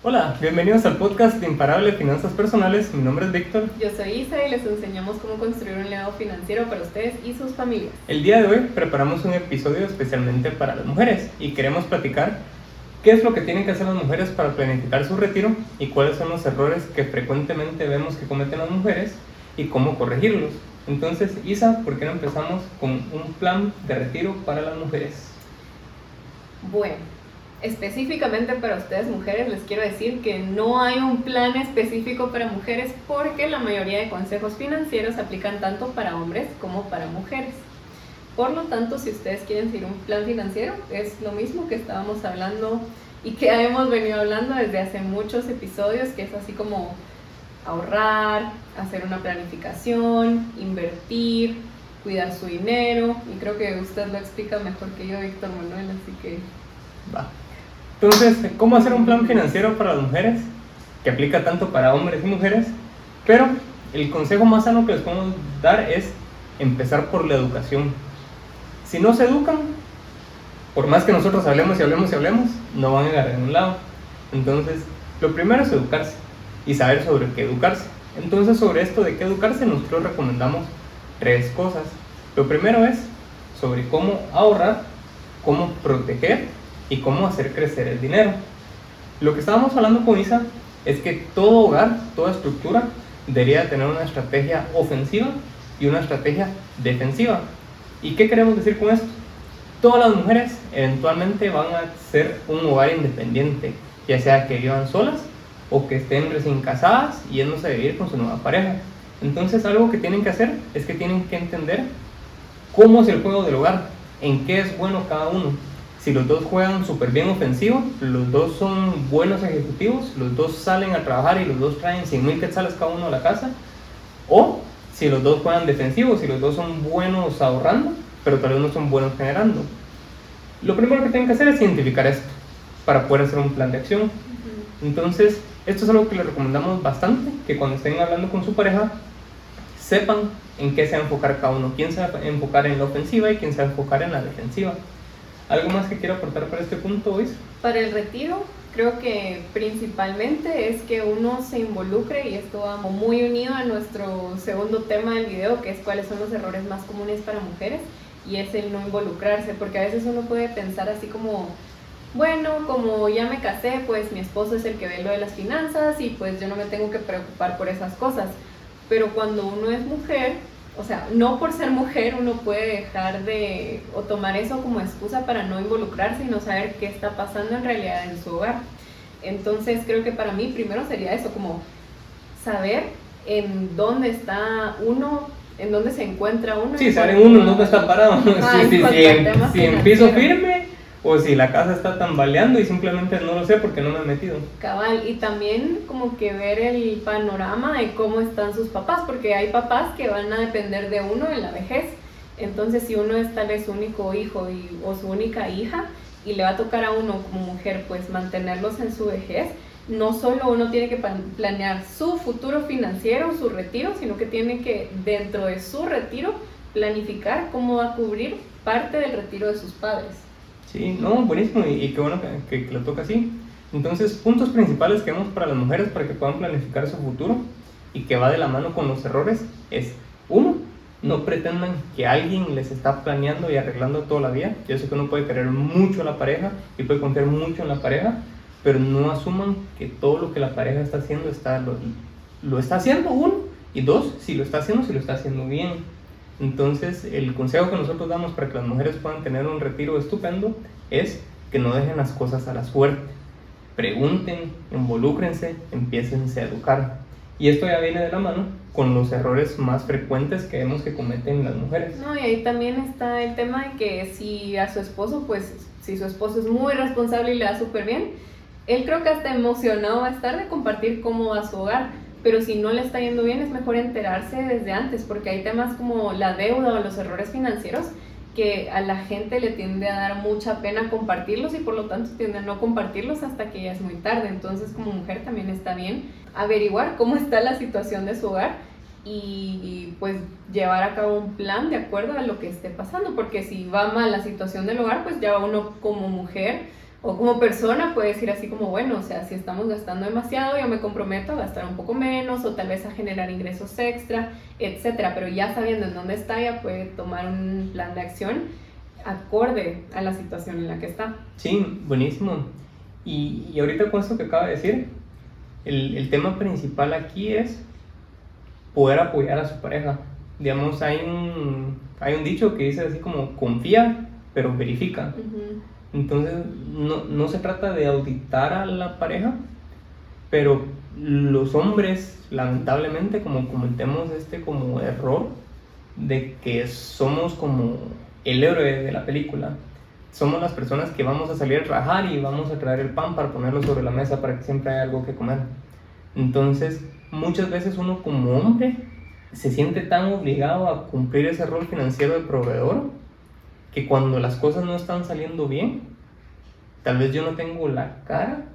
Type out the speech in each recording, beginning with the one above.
Hola, bienvenidos al podcast de Imparable Finanzas Personales. Mi nombre es Víctor. Yo soy Isa y les enseñamos cómo construir un legado financiero para ustedes y sus familias. El día de hoy preparamos un episodio especialmente para las mujeres y queremos platicar qué es lo que tienen que hacer las mujeres para planificar su retiro y cuáles son los errores que frecuentemente vemos que cometen las mujeres y cómo corregirlos. Entonces, Isa, ¿por qué no empezamos con un plan de retiro para las mujeres? Bueno, específicamente para ustedes mujeres les quiero decir que no hay un plan específico para mujeres porque la mayoría de consejos financieros se aplican tanto para hombres como para mujeres. Por lo tanto, si ustedes quieren seguir un plan financiero, es lo mismo que estábamos hablando y que hemos venido hablando desde hace muchos episodios, que es así como ahorrar, hacer una planificación, invertir, cuidar su dinero, y creo que usted lo explica mejor que yo, Víctor Manuel, así que... Va. Entonces, ¿cómo hacer un plan financiero para las mujeres? Que aplica tanto para hombres y mujeres, pero el consejo más sano que les podemos dar es empezar por la educación. Si no se educan, por más que nosotros hablemos y hablemos y hablemos, no van a llegar a ningún lado. Entonces, lo primero es educarse y saber sobre qué educarse. Entonces, sobre esto de qué educarse, nosotros recomendamos 3 cosas. Lo primero es sobre cómo ahorrar, cómo proteger y cómo hacer crecer el dinero. Lo que estábamos hablando con Isa es que todo hogar, toda estructura debería tener una estrategia ofensiva y una estrategia defensiva. ¿Y qué queremos decir con esto? Todas las mujeres eventualmente van a ser un hogar independiente, ya sea que vivan solas o que estén recién casadas y yéndose a vivir con su nueva pareja. Entonces, algo que tienen que hacer es que tienen que entender cómo es el juego del hogar, en qué es bueno cada uno. Si los dos juegan súper bien ofensivo, los dos son buenos ejecutivos, los dos salen a trabajar y los dos traen 100,000 quetzales cada uno a la casa, o si los dos juegan defensivos, si los dos son buenos ahorrando, pero tal vez no son buenos generando. Lo primero que tienen que hacer es identificar esto para poder hacer un plan de acción. Entonces, esto es algo que les recomendamos bastante, que cuando estén hablando con su pareja, sepan en qué se va a enfocar cada uno, quién se va a enfocar en la ofensiva y quién se va a enfocar en la defensiva. ¿Algo más que quiero aportar para este punto, Luis? Para el retiro, creo que principalmente es que uno se involucre, y esto va muy unido a nuestro segundo tema del video, que es cuáles son los errores más comunes para mujeres, y es el no involucrarse, porque a veces uno puede pensar así como, bueno, como ya me casé, pues mi esposo es el que ve lo de las finanzas y pues yo no me tengo que preocupar por esas cosas. Pero cuando uno es mujer, o sea, no por ser mujer uno puede dejar de o tomar eso como excusa para no involucrarse y no saber qué está pasando en realidad en su hogar. Entonces creo que para mí primero sería eso, como saber en dónde está uno, en dónde se encuentra uno. Sí, saber uno en dónde está parado. Si en piso financiero. firme o si la casa está tambaleando y simplemente no lo sé porque no me he metido. Cabal, y también como que ver el panorama de cómo están sus papás, porque hay papás que van a depender de uno en la vejez. Entonces, si uno es tal vez su único hijo o su única hija y le va a tocar a uno como mujer pues mantenerlos en su vejez, no solo uno tiene que planear su futuro financiero, su retiro, sino que tiene que dentro de su retiro planificar cómo va a cubrir parte del retiro de sus padres. Sí, no, buenísimo y qué bueno que lo toca así. Entonces, puntos principales que vemos para las mujeres para que puedan planificar su futuro y que va de la mano con los errores es, 1, no pretendan que alguien les está planeando y arreglando toda la vida. Yo sé que uno puede querer mucho a la pareja y puede confiar mucho en la pareja, pero no asuman que todo lo que la pareja está haciendo lo está haciendo, 1, y 2, si lo está haciendo bien. Entonces, el consejo que nosotros damos para que las mujeres puedan tener un retiro estupendo es que no dejen las cosas a la suerte. Pregunten, involúcrense, empiécense a educar. Y esto ya viene de la mano con los errores más frecuentes que vemos que cometen las mujeres. No, y ahí también está el tema de que si a su esposo, pues si su esposo es muy responsable y le da súper bien, él creo que hasta emocionado va a estar de compartir cómo va su hogar. Pero si no le está yendo bien, es mejor enterarse desde antes, porque hay temas como la deuda o los errores financieros que a la gente le tiende a dar mucha pena compartirlos y por lo tanto tiende a no compartirlos hasta que ya es muy tarde. Entonces, como mujer también está bien averiguar cómo está la situación de su hogar y pues llevar a cabo un plan de acuerdo a lo que esté pasando, porque si va mal la situación del hogar, pues ya uno como mujer O como persona puedes decir así como, bueno, o sea, si estamos gastando demasiado, yo me comprometo a gastar un poco menos o tal vez a generar ingresos extra, etcétera. Pero ya sabiendo en dónde está, ya puede tomar un plan de acción acorde a la situación en la que está. Sí, buenísimo. Y ahorita con esto que acaba de decir, el tema principal aquí es poder apoyar a su pareja. Digamos, hay un dicho que dice así como, confía, pero verifica. Entonces, no se trata de auditar a la pareja, pero los hombres, lamentablemente, como cometemos como error de que somos como el héroe de la película. Somos las personas que vamos a salir a trabajar y vamos a traer el pan para ponerlo sobre la mesa para que siempre haya algo que comer. Entonces, muchas veces uno como hombre se siente tan obligado a cumplir ese rol financiero de proveedor que cuando las cosas no están saliendo bien, tal vez yo no tengo la cara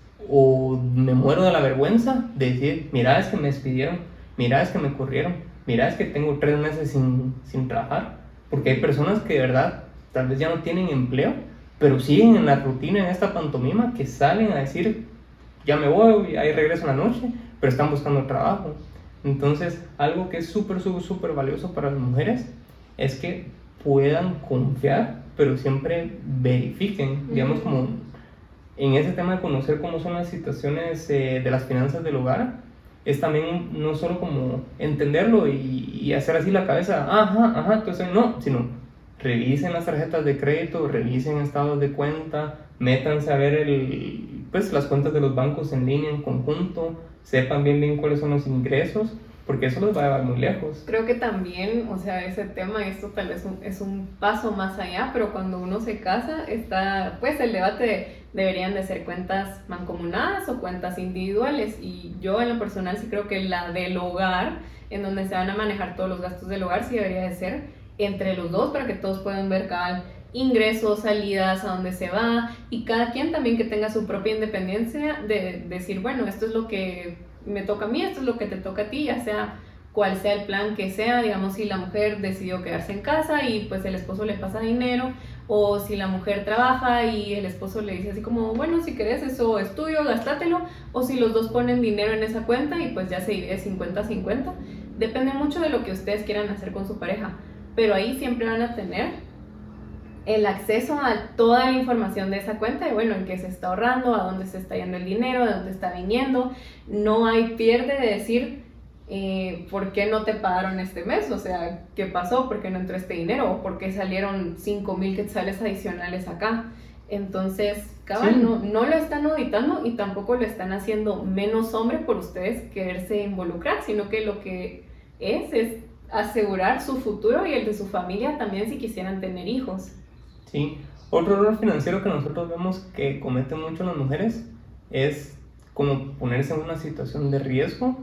o me muero de la vergüenza de decir, mira, es que me despidieron, mira, es que me corrieron, mira, es que tengo 3 meses sin trabajar, porque hay personas que de verdad tal vez ya no tienen empleo, pero siguen en la rutina, en esta pantomima, que salen a decir, ya me voy, ahí regreso en la noche, pero están buscando trabajo. Entonces, algo que es súper, súper, súper valioso para las mujeres es que puedan confiar, pero siempre verifiquen, digamos, como en ese tema de conocer cómo son las situaciones de las finanzas del hogar, es también no solo como entenderlo y hacer así la cabeza, ajá, entonces no, sino revisen las tarjetas de crédito, revisen estados de cuenta, métanse a ver pues, las cuentas de los bancos en línea en conjunto, sepan bien cuáles son los ingresos, porque eso los va a llevar muy lejos. Creo que también, o sea, ese tema, esto tal vez es un paso más allá, pero cuando uno se casa está pues el debate de deberían de ser cuentas mancomunadas o cuentas individuales, y yo en lo personal sí creo que la del hogar, en donde se van a manejar todos los gastos del hogar, sí debería de ser entre los dos para que todos puedan ver cada ingresos, salidas, a dónde se va, y cada quien también que tenga su propia independencia de decir, bueno, esto es lo que me toca a mí, esto es lo que te toca a ti, ya sea cual sea el plan que sea. Digamos, si la mujer decidió quedarse en casa y pues el esposo le pasa dinero, o si la mujer trabaja y el esposo le dice así como, bueno, si querés eso es tuyo, gástatelo, o si los dos ponen dinero en esa cuenta y pues ya se divide 50-50, depende mucho de lo que ustedes quieran hacer con su pareja, pero ahí siempre van a tener el acceso a toda la información de esa cuenta y bueno, en qué se está ahorrando, a dónde se está yendo el dinero, de dónde está viniendo. No hay pierde de decir ¿por qué no te pagaron este mes? O sea, ¿qué pasó? ¿Por qué no entró este dinero? ¿O por qué salieron 5,000 quetzales adicionales acá? Entonces, cabal, sí. no lo están auditando y tampoco lo están haciendo menos hombre por ustedes quererse involucrar, sino que lo que es asegurar su futuro y el de su familia también si quisieran tener hijos. Sí, otro error financiero que nosotros vemos que cometen mucho las mujeres es como ponerse en una situación de riesgo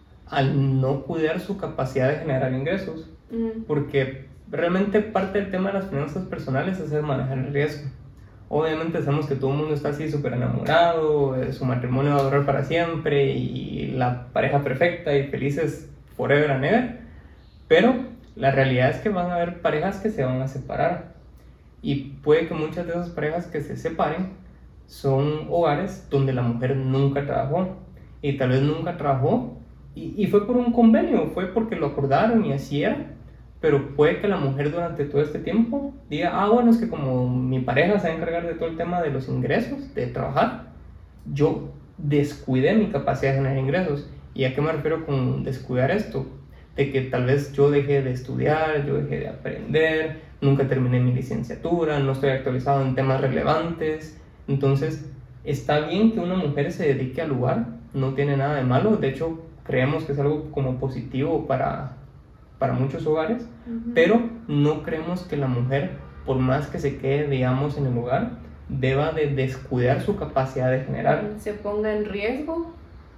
al no cuidar su capacidad de generar ingresos, porque realmente parte del tema de las finanzas personales es manejar el riesgo. Obviamente sabemos que todo el mundo está así súper enamorado, su matrimonio va a durar para siempre y la pareja perfecta y felices forever and ever, pero la realidad es que van a haber parejas que se van a separar. Y puede que muchas de esas parejas que se separen son hogares donde la mujer nunca trabajó, y tal vez nunca trabajó y fue por un convenio, fue porque lo acordaron y así era, pero puede que la mujer durante todo este tiempo diga, bueno, es que como mi pareja se va a encargar de todo el tema de los ingresos, de trabajar, yo descuidé mi capacidad de generar ingresos. ¿Y a qué me refiero con descuidar esto? De que tal vez yo dejé de estudiar, yo dejé de aprender, nunca terminé mi licenciatura, no estoy actualizado en temas relevantes. Entonces, está bien que una mujer se dedique al hogar, no tiene nada de malo. De hecho, creemos que es algo como positivo para muchos hogares, pero no creemos que la mujer, por más que se quede, digamos, en el hogar, deba de descuidar su capacidad de generar. Se ponga en riesgo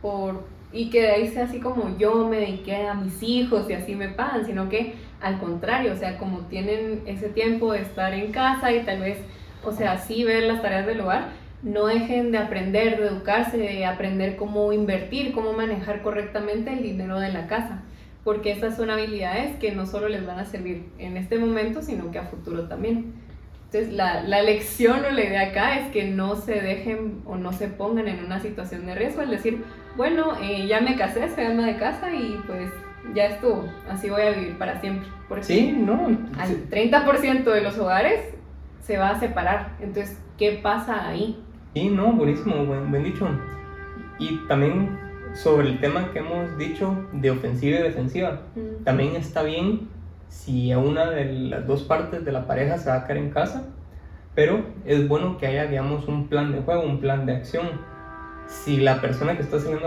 y que de ahí sea así como yo me dediqué a mis hijos y así me pagan, sino que al contrario, o sea, como tienen ese tiempo de estar en casa y tal vez, o sea, sí ver las tareas del hogar, no dejen de aprender, de educarse, de aprender cómo invertir, cómo manejar correctamente el dinero de la casa, porque estas son habilidades que no solo les van a servir en este momento, sino que a futuro también. Entonces la lección o la idea acá es que no se dejen o no se pongan en una situación de riesgo al decir, bueno, ya me casé, soy ama de casa y pues ya estuvo, así voy a vivir para siempre. Porque Sí, no. al 30% de los hogares se va a separar. Entonces, ¿qué pasa ahí? Sí, no, buenísimo, buen dicho. Y también sobre el tema que hemos dicho de ofensiva y defensiva, también está bien si a una de las dos partes de la pareja se va a quedar en casa, pero es bueno que haya, digamos, un plan de juego, un plan de acción. Si la persona que está saliendo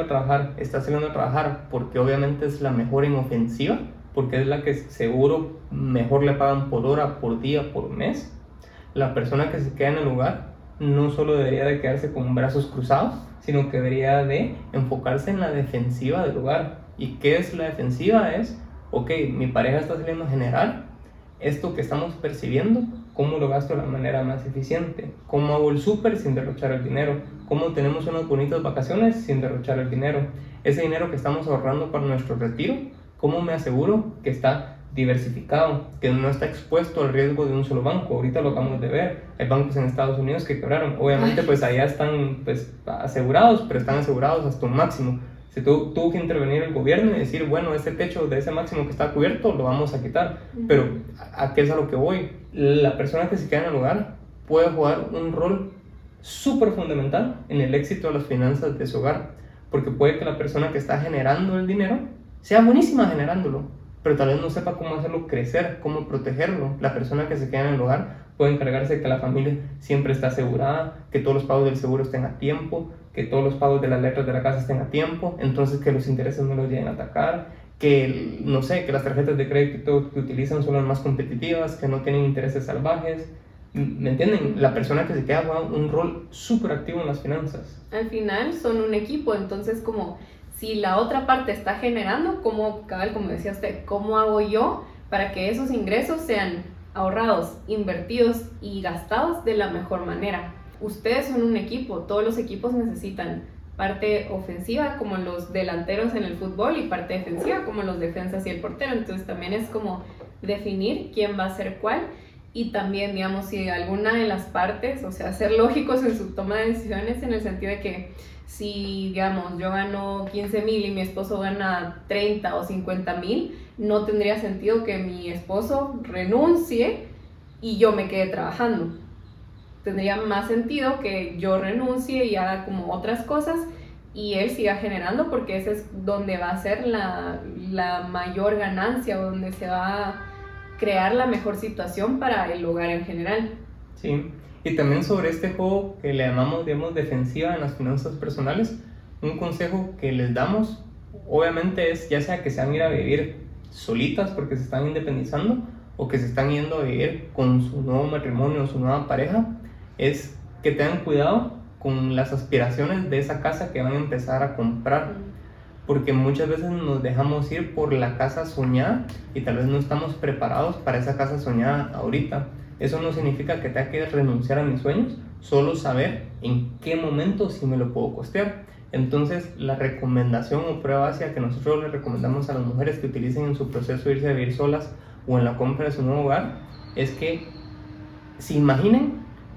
a trabajar porque obviamente es la mejor en ofensiva, porque es la que seguro mejor le pagan por hora, por día, por mes, la persona que se queda en el hogar no solo debería de quedarse con brazos cruzados, sino que debería de enfocarse en la defensiva del hogar. ¿Y qué es la defensiva? Es, ok, mi pareja está saliendo a generar esto que estamos percibiendo, ¿cómo lo gasto de la manera más eficiente? ¿Cómo hago el súper sin derrochar el dinero? ¿Cómo tenemos unas bonitas vacaciones sin derrochar el dinero? Ese dinero que estamos ahorrando para nuestro retiro, ¿cómo me aseguro que está diversificado, que no está expuesto al riesgo de un solo banco? Ahorita lo acabamos de ver, hay bancos en Estados Unidos que quebraron, obviamente pues allá están pues asegurados, pero están asegurados hasta un máximo. Se tuvo que intervenir el gobierno y decir, bueno, ese techo de ese máximo que está cubierto lo vamos a quitar. Pero ¿a qué es a lo que voy? La persona que se queda en el hogar puede jugar un rol súper fundamental en el éxito de las finanzas de su hogar, porque puede que la persona que está generando el dinero sea buenísima generándolo, pero tal vez no sepa cómo hacerlo crecer, cómo protegerlo. La persona que se queda en el hogar puede encargarse de que la familia siempre esté asegurada, que todos los pagos del seguro estén a tiempo, que todos los pagos de las letras de la casa estén a tiempo, entonces que los intereses no los lleguen a atacar, que, no sé, que las tarjetas de crédito que utilizan son las más competitivas, que no tienen intereses salvajes. ¿Me entienden? La persona que se queda juega un rol súper activo en las finanzas. Al final son un equipo, entonces como si la otra parte está generando, como decía usted, ¿cómo hago yo para que esos ingresos sean ahorrados, invertidos y gastados de la mejor manera? Ustedes son un equipo, todos los equipos necesitan parte ofensiva como los delanteros en el fútbol y parte defensiva como los defensas y el portero. Entonces también es como definir quién va a ser cuál y también, digamos, si alguna de las partes, o sea, ser lógicos en su toma de decisiones en el sentido de que si, digamos, yo gano 15,000 y mi esposo gana 30 o 50,000, no tendría sentido que mi esposo renuncie y yo me quede trabajando. Tendría más sentido que yo renuncie y haga como otras cosas y él siga generando, porque ese es donde va a ser la mayor ganancia, o donde se va a crear la mejor situación para el hogar en general. Sí, y también sobre este juego que le llamamos, digamos, defensiva en las finanzas personales, un consejo que les damos, obviamente es ya sea que se van a ir a vivir solitas porque se están independizando o que se están yendo a vivir con su nuevo matrimonio o su nueva pareja, es que tengan cuidado con las aspiraciones de esa casa que van a empezar a comprar, porque muchas veces nos dejamos ir por la casa soñada y tal vez no estamos preparados para esa casa soñada ahorita. Eso no significa que tenga que renunciar a mis sueños, solo saber en qué momento sí me lo puedo costear. Entonces la recomendación o prueba básica que nosotros les recomendamos a las mujeres que utilicen en su proceso de irse a vivir solas o en la compra de su nuevo hogar es que se imaginen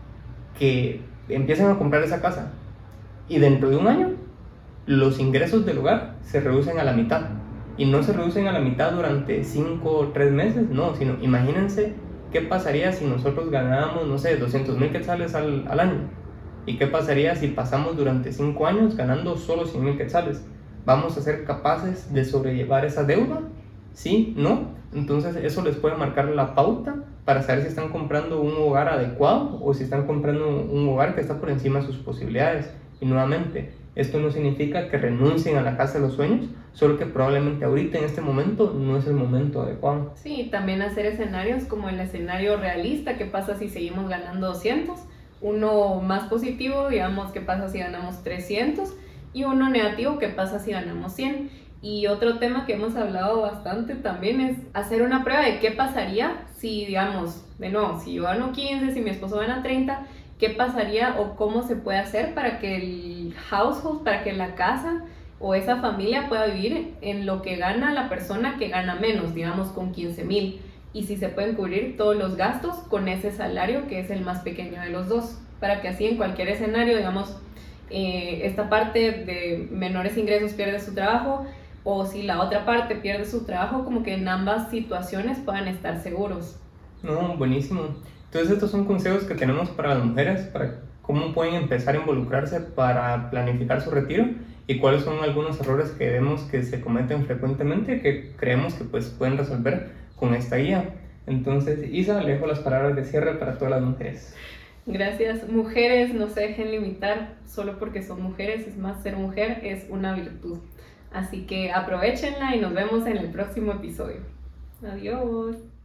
que empiezan a comprar esa casa y dentro de un año los ingresos del hogar se reducen a la mitad, y no se reducen a la mitad durante 5 o 3 meses, no, sino imagínense qué pasaría si nosotros ganábamos, no sé, 200,000 quetzales al año, y qué pasaría si pasamos durante 5 años ganando solo 100,000 quetzales. ¿Vamos a ser capaces de sobrellevar esa deuda? ¿Sí? ¿No? Entonces eso les puede marcar la pauta para saber si están comprando un hogar adecuado o si están comprando un hogar que está por encima de sus posibilidades. Y nuevamente, esto no significa que renuncien a la casa de los sueños, solo que probablemente ahorita en este momento no es el momento adecuado. Sí, también hacer escenarios como el escenario realista, ¿qué pasa si seguimos ganando 200? Uno más positivo, digamos, ¿qué pasa si ganamos 300? Y uno negativo, ¿qué pasa si ganamos 100? Y otro tema que hemos hablado bastante también es hacer una prueba de qué pasaría si, digamos, de nuevo, si yo gano 15, si mi esposo gana 30, ¿qué pasaría o cómo se puede hacer para que el household, para que la casa o esa familia pueda vivir en lo que gana la persona que gana menos, digamos con 15,000? y si se pueden cubrir todos los gastos con ese salario que es el más pequeño de los dos, para que así en cualquier escenario, digamos, esta parte de menores ingresos pierde su trabajo, o si la otra parte pierde su trabajo, como que en ambas situaciones puedan estar seguros. No, buenísimo. Entonces estos son consejos que tenemos para las mujeres, para cómo pueden empezar a involucrarse para planificar su retiro y cuáles son algunos errores que vemos que se cometen frecuentemente que creemos que pues pueden resolver con esta guía. Entonces, Isa, le dejo las palabras de cierre para todas las mujeres. Gracias. Mujeres, no se dejen limitar solo porque son mujeres, es más, ser mujer es una virtud. Así que aprovechenla y nos vemos en el próximo episodio. Adiós.